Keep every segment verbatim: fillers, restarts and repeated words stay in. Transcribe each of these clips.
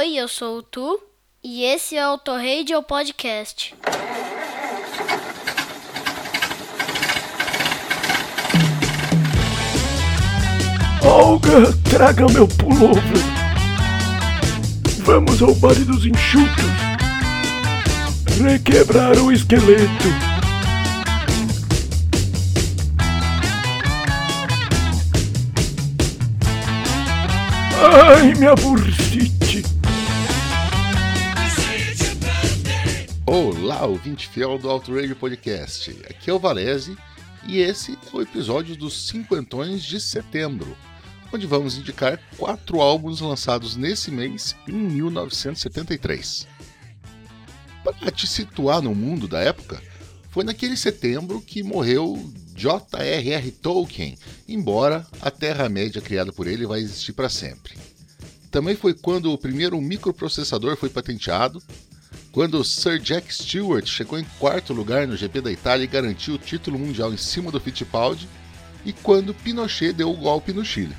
Oi, eu sou o Tu e esse é o Torradio Podcast. Olga, traga meu pullover. Vamos ao baile dos enxutos. Requebrar o esqueleto. Ai, minha bursite. Olá, ouvinte fiel do Torradio Podcast. Aqui é o Valese e esse é o episódio dos Cinquentões de Setembro, onde vamos indicar quatro álbuns lançados nesse mês em mil novecentos e setenta e três. Para te situar no mundo da época, foi naquele setembro que morreu J R R Tolkien, embora a Terra-média criada por ele vai existir para sempre. Também foi quando o primeiro microprocessador foi patenteado, quando Sir Jack Stewart chegou em quarto lugar no G P da Itália e garantiu o título mundial em cima do Fittipaldi, e quando Pinochet deu o golpe no Chile.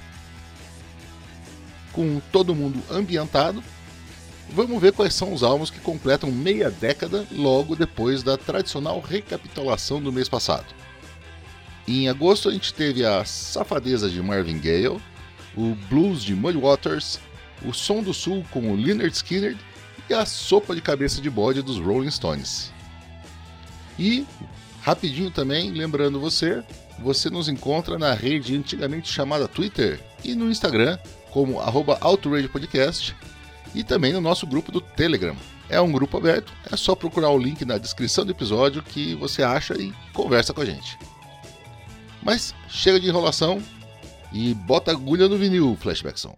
Com todo mundo ambientado, vamos ver quais são os álbuns que completam meia década logo depois da tradicional recapitulação do mês passado. Em agosto a gente teve a Safadeza de Marvin Gaye, o Blues de Muddy Waters, o Som do Sul com o Lynyrd Skynyrd e a Sopa de Cabeça de Bode dos Rolling Stones. E, rapidinho também, lembrando você, você nos encontra na rede antigamente chamada Twitter e no Instagram como arroba Torradio Podcast e também no nosso grupo do Telegram. É um grupo aberto, é só procurar o link na descrição do episódio que você acha e conversa com a gente. Mas chega de enrolação e bota a agulha no vinil, Flashbackson.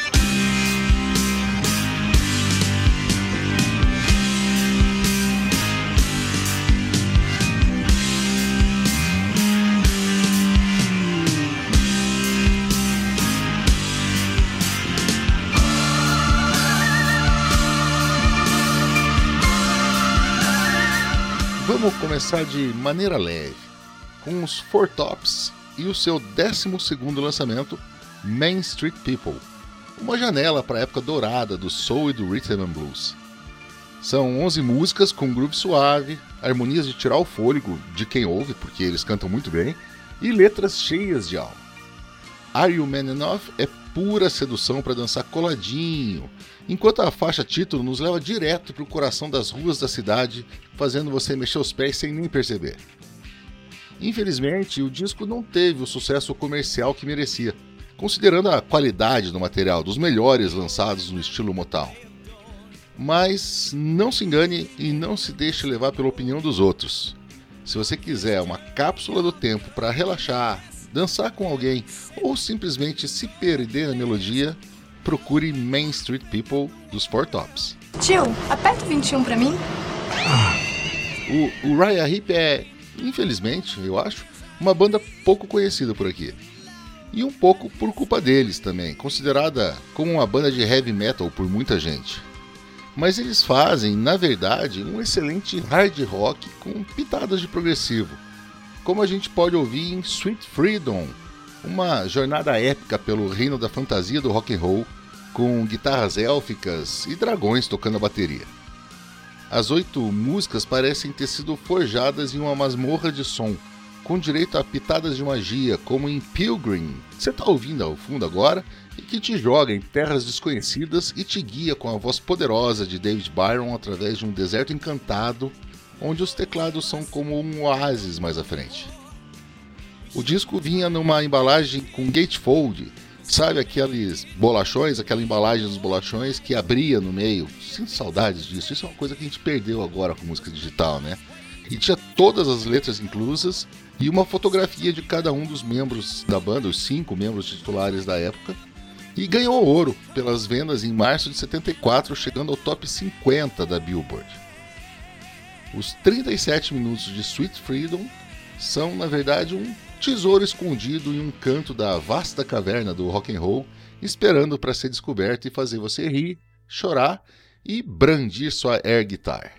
Vamos começar de maneira leve, com os Four Tops e o seu décimo segundo lançamento, Main Street People, uma janela para a época dourada do soul e do rhythm and blues. São onze músicas com groove suave, harmonias de tirar o fôlego de quem ouve, porque eles cantam muito bem, e letras cheias de alma. Are You Man Enough é pura sedução para dançar coladinho, enquanto a faixa título nos leva direto para o coração das ruas da cidade, fazendo você mexer os pés sem nem perceber. Infelizmente, o disco não teve o sucesso comercial que merecia, considerando a qualidade do material, dos melhores lançados no estilo Motown. Mas não se engane e não se deixe levar pela opinião dos outros. Se você quiser uma cápsula do tempo para relaxar, dançar com alguém ou simplesmente se perder na melodia, procure Main Street People dos Four Tops. Tio, aperta o vinte e um pra mim. O Uriah Heep é, infelizmente, eu acho, uma banda pouco conhecida por aqui. E um pouco por culpa deles também, considerada como uma banda de heavy metal por muita gente. Mas eles fazem, na verdade, um excelente hard rock com pitadas de progressivo, como a gente pode ouvir em Sweet Freedom, uma jornada épica pelo reino da fantasia do rock and roll, com guitarras élficas e dragões tocando a bateria. As oito músicas parecem ter sido forjadas em uma masmorra de som, com direito a pitadas de magia, como em Pilgrim, que você está ouvindo ao fundo agora, e que te joga em terras desconhecidas e te guia com a voz poderosa de David Byron através de um deserto encantado, onde os teclados são como um oásis mais à frente. O disco vinha numa embalagem com gatefold, sabe aqueles bolachões, aquela embalagem dos bolachões que abria no meio. Sinto saudades disso, isso é uma coisa que a gente perdeu agora com música digital, né? E tinha todas as letras inclusas e uma fotografia de cada um dos membros da banda, os cinco membros titulares da época, e ganhou ouro pelas vendas em março de setenta e quatro, chegando ao top cinquenta da Billboard. Os trinta e sete minutos de Sweet Freedom são, na verdade, um tesouro escondido em um canto da vasta caverna do rock and roll, esperando para ser descoberto e fazer você rir, chorar e brandir sua air guitar.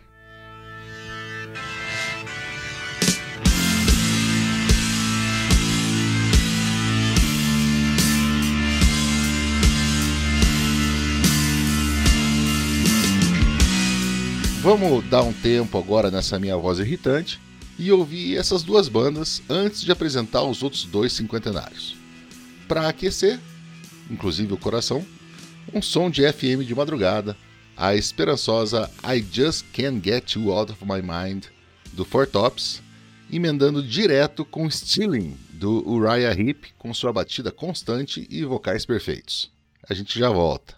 Vamos dar um tempo agora nessa minha voz irritante e ouvir essas duas bandas antes de apresentar os outros dois cinquentenários. Para aquecer, inclusive o coração, um som de F M de madrugada, a esperançosa I Just Can't Get You Out of My Mind, do Four Tops, emendando direto com Stealing, do Uriah Heep, com sua batida constante e vocais perfeitos. A gente já volta.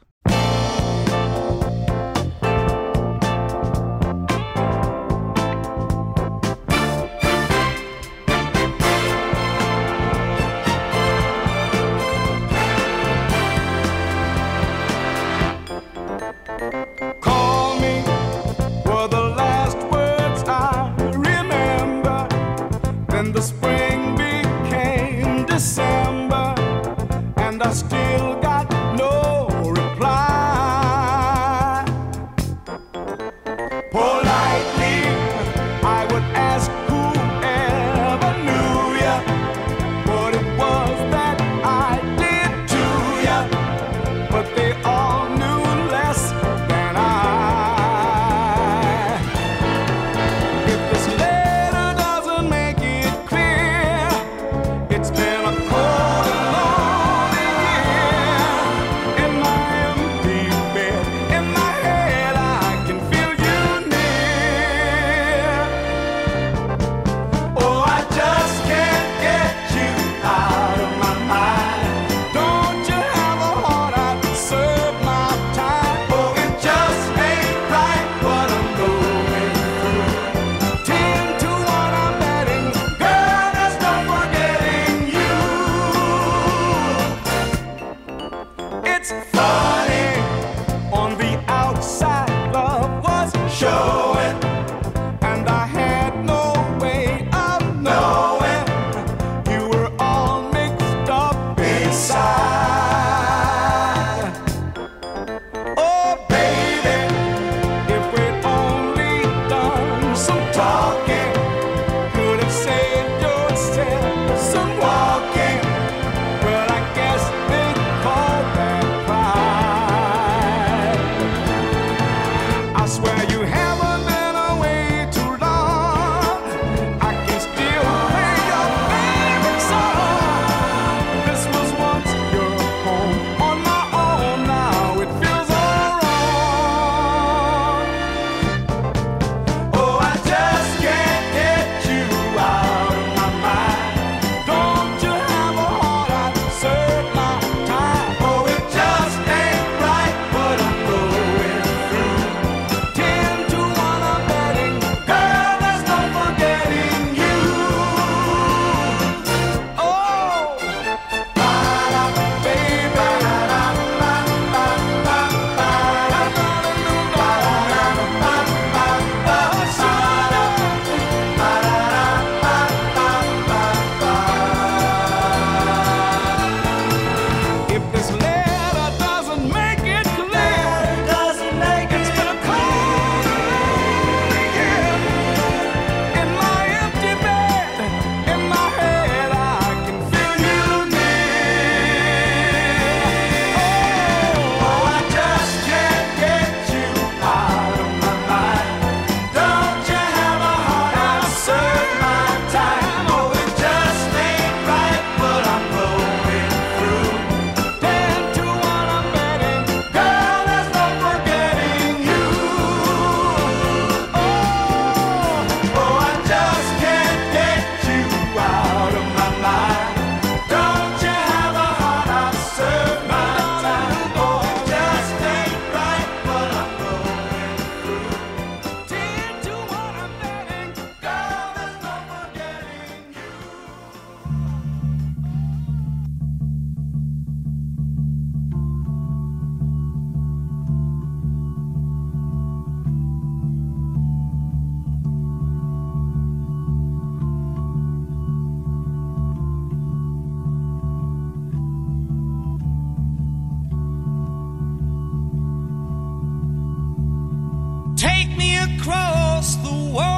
across the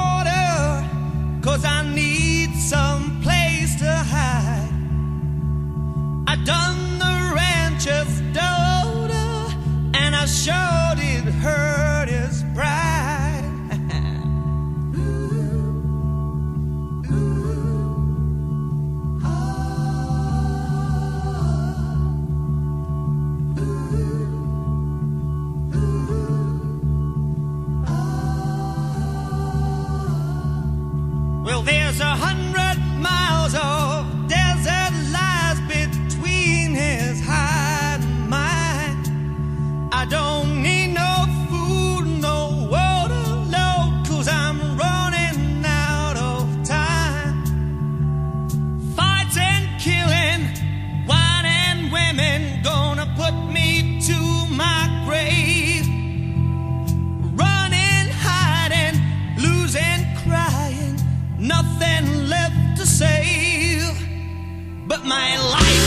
water, 'cause I need some place to hide. I done the rancher's daughter, and I sure did hurt his pride. 'cause a hundred miles of desert lies between his heart and mine. I don't need no food, no water, no, 'cause I'm running out of time. Fights and killing, wine and women, gonna put me to my grave. Running, hiding, losing, crying, nothing left to save but my life.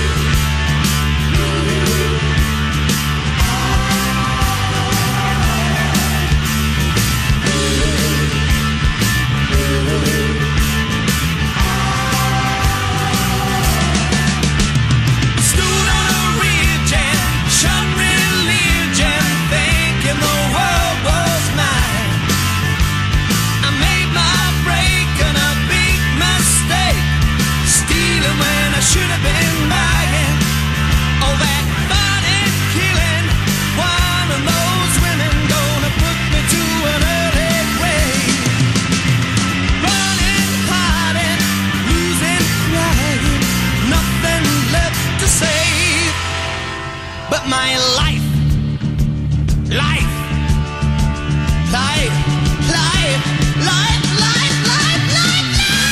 Stood on a ridge and shunned religion, thinking the world was mine. I made my break and a big mistake, stealing when I should have been buying. Oh, that fighting, killing, one of those women gonna put me to an early grave. Running, hiding, losing, crying, nothing left to save but my life. Life. Life. Life. Life. Life. Life. Life.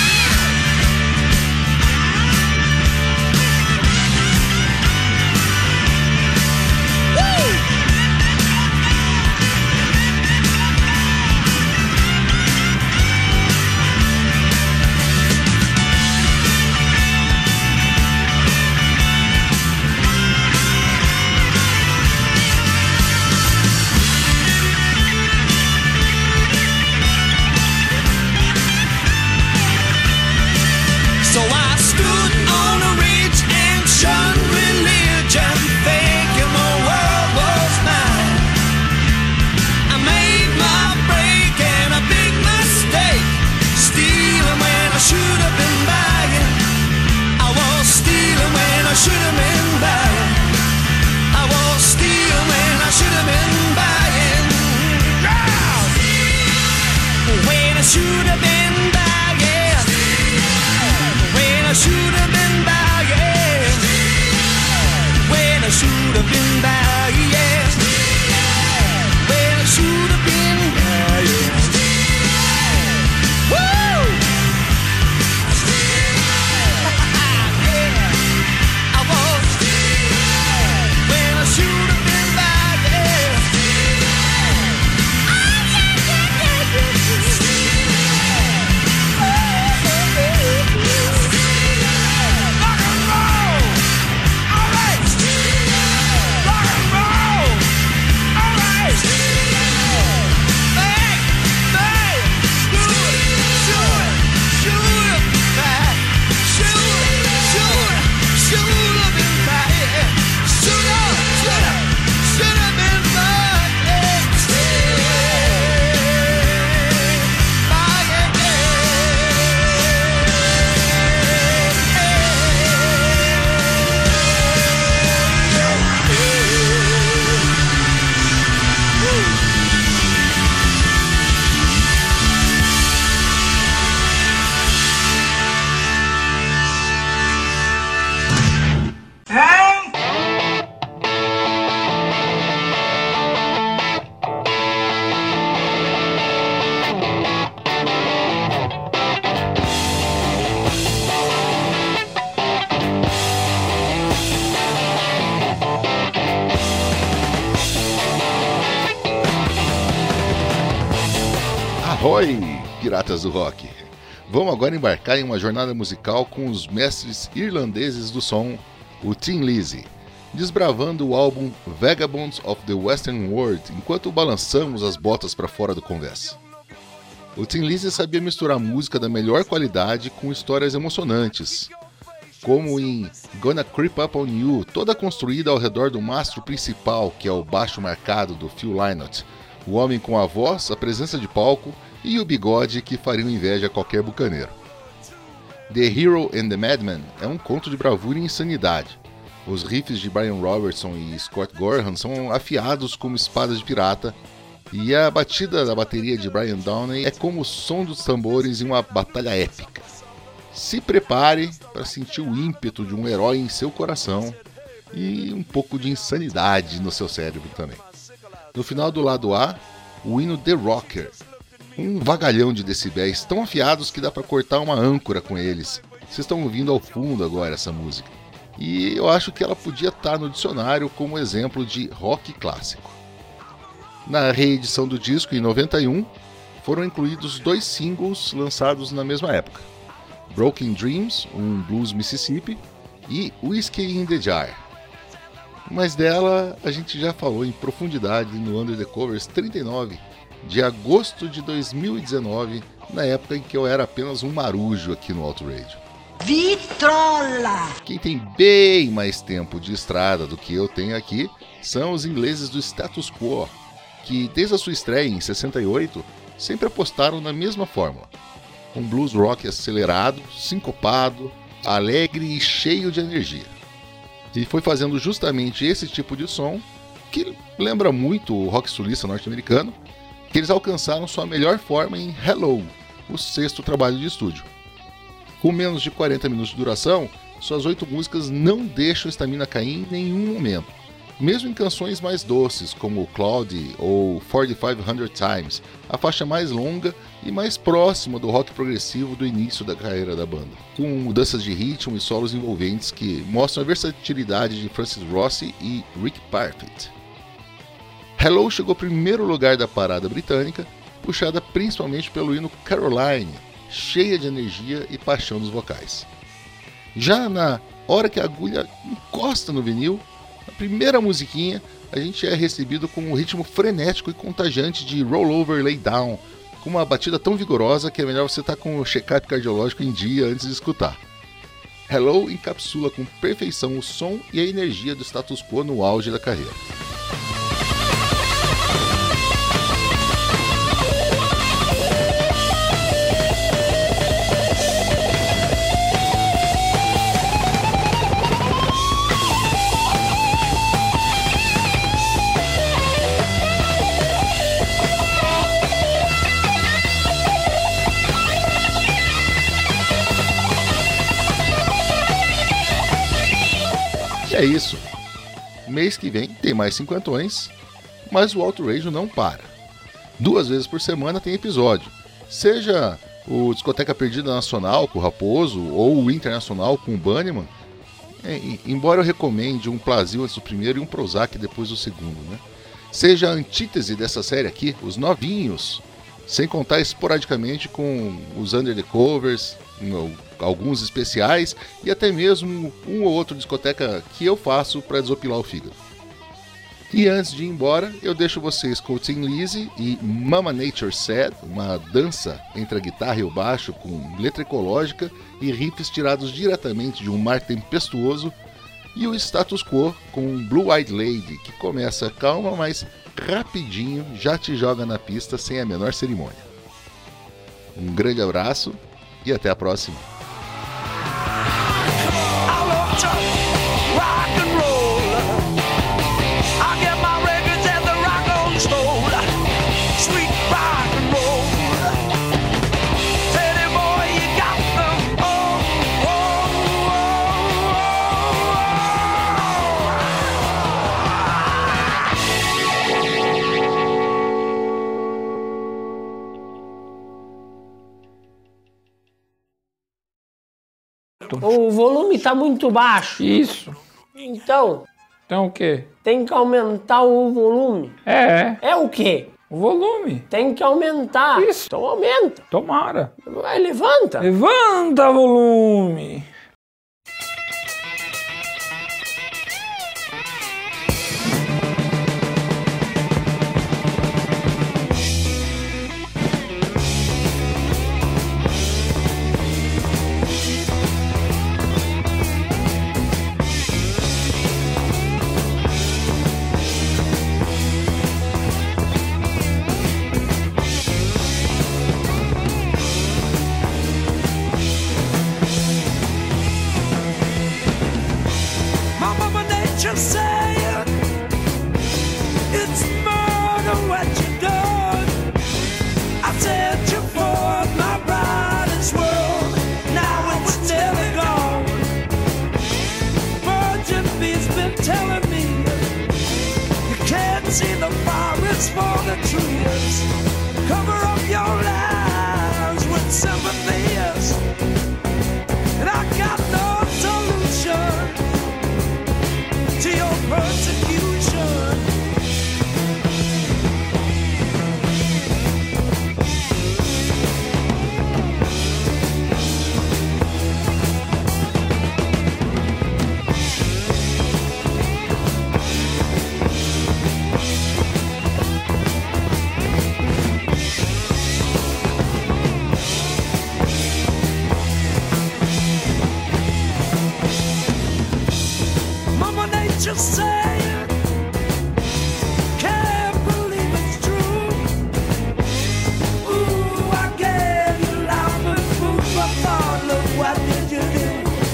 Woo! So I stood on a ridge and shunned religion, thinking the world was mine. I made my break and a big mistake, stealing when I should have been buying. I was stealing when I should have been buying. I was stealing when I should have been buying. Yeah! When I should have been buying. When I should have been buying. When I should have been buying. When I should have been buying. Woo! Yeah. I was when I should have been buying. Rock and roll! All right! Rock and roll! All right! Bang! Bang! Shoot it! Shoot it! Shoot it! Bang! Shoot it! Shoot it! Shoot it! Been bang! Shoot up! Shoot up! Should have been bang! Ahoy, piratas do rock! Vamos agora embarcar em uma jornada musical com os mestres irlandeses do som, o Thin Lizzy, desbravando o álbum Vagabonds of the Western World enquanto balançamos as botas para fora do Conversa. O Thin Lizzy sabia misturar música da melhor qualidade com histórias emocionantes, como em Gonna Creep Up On You, toda construída ao redor do mastro principal, que é o baixo marcado do Phil Lynott, o homem com a voz, a presença de palco e o bigode que fariam inveja a qualquer bucaneiro. The Hero and the Madman é um conto de bravura e insanidade. Os riffs de Brian Robertson e Scott Gorham são afiados como espadas de pirata E a batida da bateria de Brian Downey é como o som dos tambores em uma batalha épica. Se prepare para sentir o ímpeto de um herói em seu coração e um pouco de insanidade no seu cérebro também. No final do lado A, o hino The Rocker, um vagalhão de decibéis tão afiados que dá para cortar uma âncora com eles. Vocês estão ouvindo ao fundo agora essa música. E eu acho que ela podia estar no dicionário como exemplo de rock clássico. Na reedição do disco, em noventa e um, foram incluídos dois singles lançados na mesma época. Broken Dreams, um blues Mississippi, e Whiskey in the Jar. Mas dela a gente já falou em profundidade no Under the Covers trinta e nove, de agosto de dois mil e dezenove, na época em que eu era apenas um marujo aqui no Outrage. Vitrola! Quem tem bem mais tempo de estrada do que eu tenho aqui são os ingleses do Status Quo, que desde a sua estreia em sessenta e oito sempre apostaram na mesma fórmula. Um blues rock acelerado, sincopado, alegre e cheio de energia. E foi fazendo justamente esse tipo de som, que lembra muito o rock sulista norte-americano, que eles alcançaram sua melhor forma em Hello, o sexto trabalho de estúdio. Com menos de quarenta minutos de duração, suas oito músicas não deixam a estamina cair em nenhum momento. Mesmo em canções mais doces, como Cloudy ou forty-five hundred Times, a faixa mais longa e mais próxima do rock progressivo do início da carreira da banda, com mudanças de ritmo e solos envolventes que mostram a versatilidade de Francis Rossi e Rick Parfitt. Hello chegou ao primeiro lugar da parada britânica, puxada principalmente pelo hino Caroline, cheia de energia e paixão dos vocais. Já na hora que a agulha encosta no vinil, a primeira musiquinha, a gente é recebido com um ritmo frenético e contagiante de Roll Over Lay Down, com uma batida tão vigorosa que é melhor você estar com o check-up cardiológico em dia antes de escutar. Hello encapsula com perfeição o som e a energia do Status Quo no auge da carreira. É isso. Mês que vem tem mais cinquentões, mas o Outrage não para. Duas vezes por semana tem episódio. Seja o Discoteca Perdida Nacional com o Raposo ou o Internacional com o Banniman. É, embora eu recomende um Plasil antes do primeiro e um Prozac depois do segundo, né? Seja a antítese dessa série aqui, os novinhos, sem contar esporadicamente com os Under the Covers, alguns especiais e até mesmo um ou outro discoteca que eu faço para desopilar o fígado. E antes de ir embora, eu deixo vocês com Tin Lizzy e Mama Nature Said, uma dança entre a guitarra e o baixo com letra ecológica e riffs tirados diretamente de um mar tempestuoso, e o Status Quo com Blue Eyed Lady, que começa calma, mas rapidinho já te joga na pista sem a menor cerimônia. Um grande abraço e até a próxima. O volume tá muito baixo. Isso. Então, Então o quê? tem que aumentar o volume. É, É o quê? o volume. Tem que aumentar. Isso. Então aumenta. Tomara. Vai, levanta. Levanta volume. dance for the trees. Cover up your lives with sympathies. And I got no solution to your persecution. Just saying, can't believe it's true. Ooh, I gave you love and food for thought. Look, what did you do?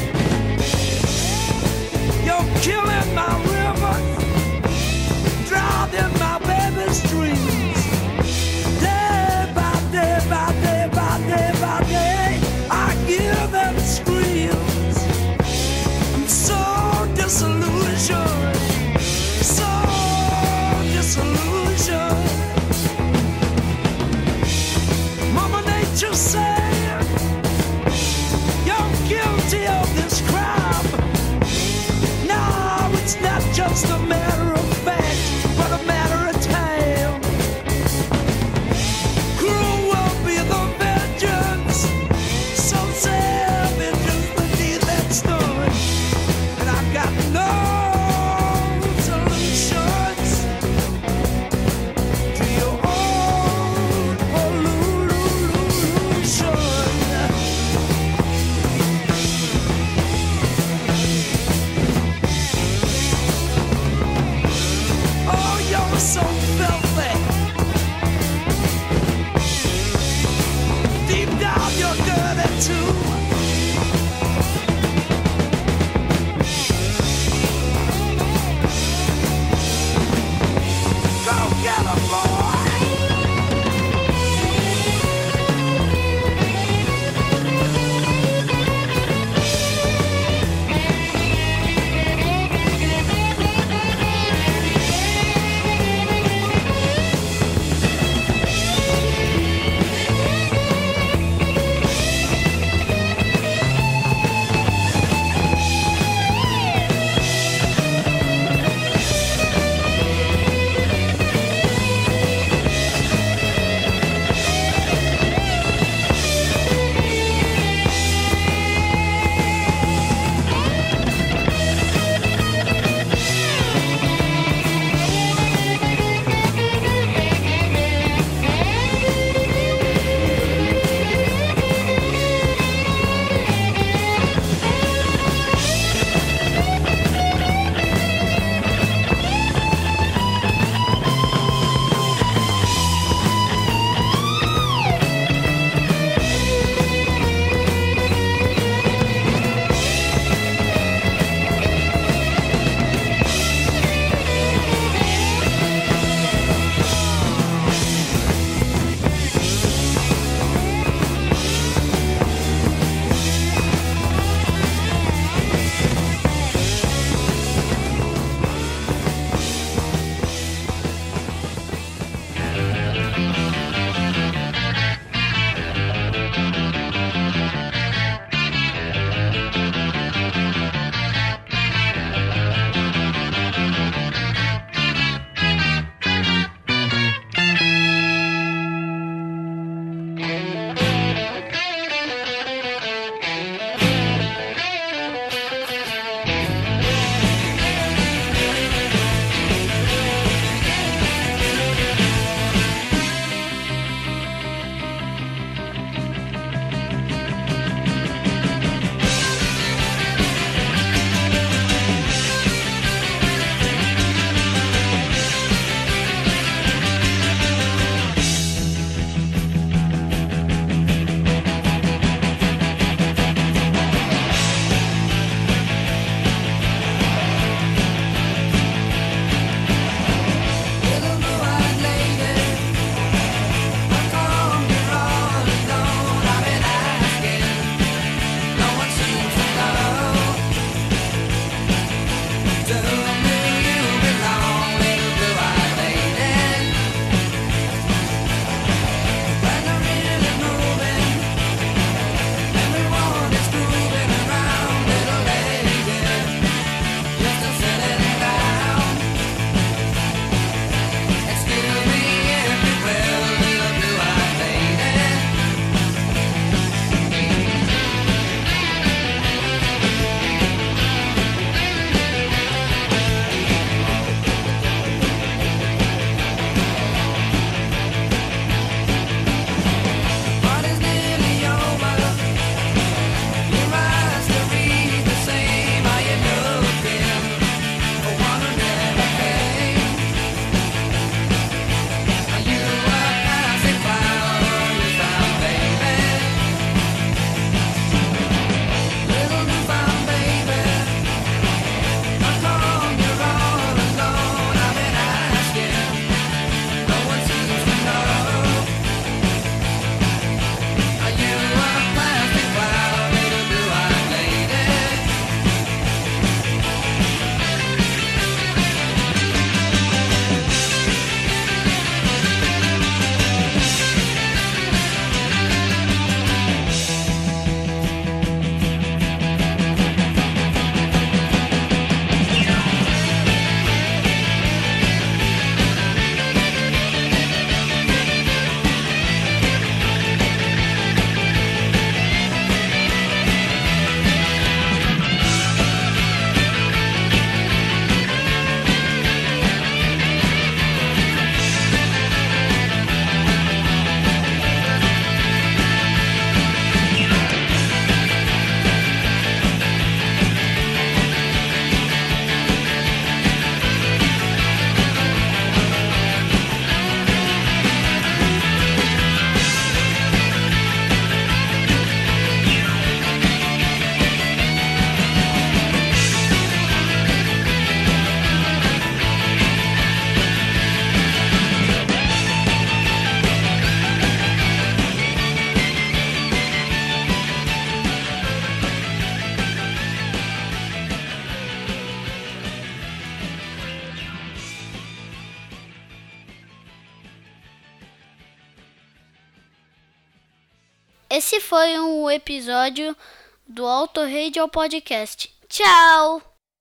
You're killing my rivers, drowning my baby's dreams. Day by day by day by day by day, I hear them screams. I'm so disillusioned. So disillusioned. Mama Nature said, you're guilty of this crime. No, it's not just a matter of fact, but a matter of time. Cruel will be the vengeance, so savage is the deed that's done. And I've got no so filthy. Deep down you're dirty too. Go get 'em, boy. Esse foi um episódio do Auto Radio Podcast. Tchau!